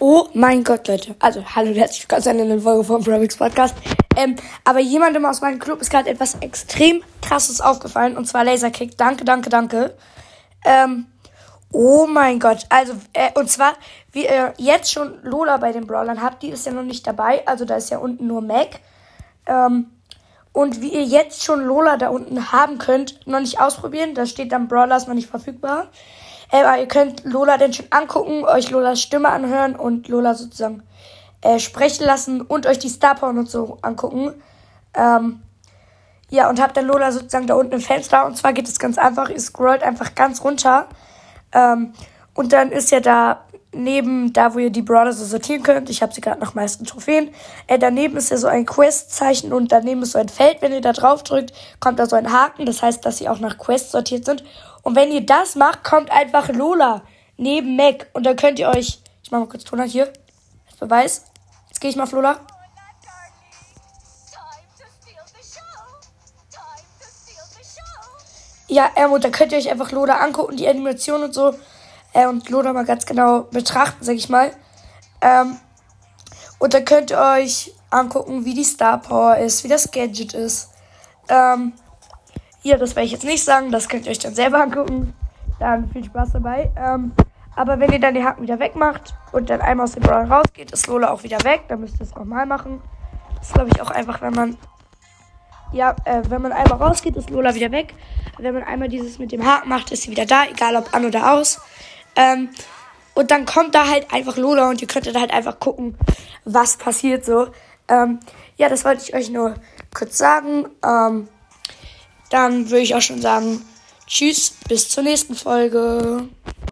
Oh mein Gott, Leute. Also, hallo und herzlich willkommen zu einer neuen Folge vom Bromix Podcast. Aber jemandem aus meinem Club ist gerade etwas extrem Krasses aufgefallen. Und zwar Laserkick. Danke. Oh mein Gott. Also, und zwar, wie ihr jetzt schon Lola bei den Brawlern habt, die ist ja noch nicht dabei. Also, da ist ja unten nur Mac. Und wie ihr jetzt schon Lola da unten haben könnt, noch nicht ausprobieren. Da steht dann Brawlers noch nicht verfügbar. Aber ihr könnt Lola dann schon angucken, euch Lolas Stimme anhören und Lola sozusagen sprechen lassen und euch die Star Power und so angucken. Ja, und habt dann Lola sozusagen da unten im Fenster. Und zwar geht es ganz einfach, ihr scrollt einfach ganz runter. Und dann ist ja da neben, da wo ihr die Brawler so sortieren könnt, ich habe sie gerade nach meisten Trophäen, daneben ist ja so ein Quest-Zeichen und daneben ist so ein Feld. Wenn ihr da drauf drückt, kommt da so ein Haken. Das heißt, dass sie auch nach Quests sortiert sind. Und wenn ihr das macht, kommt einfach Lola neben Mac. Und dann könnt ihr euch, ich mach mal kurz Ton hier, als Beweis. Jetzt gehe ich mal auf Lola. Ja, und dann könnt ihr euch einfach Lola angucken, die Animation und so. Und Lola mal ganz genau betrachten, sag ich mal. Und dann könnt ihr euch angucken, wie die Star Power ist, wie das Gadget ist. Ja, das werde ich jetzt nicht sagen, das könnt ihr euch dann selber angucken. Dann viel Spaß dabei. Aber wenn ihr dann die Haken wieder wegmacht und dann einmal aus dem Brawl rausgeht, ist Lola auch wieder weg. Dann müsst ihr es nochmal machen. Das ist, glaube ich, auch einfach, wenn man einmal rausgeht, ist Lola wieder weg. Wenn man einmal dieses mit dem Haken macht, ist sie wieder da, egal ob an oder aus. Und dann kommt da halt einfach Lola und ihr könnt da halt einfach gucken, was passiert so. Ja, das wollte ich euch nur kurz sagen. Dann würde ich auch schon sagen, tschüss, bis zur nächsten Folge.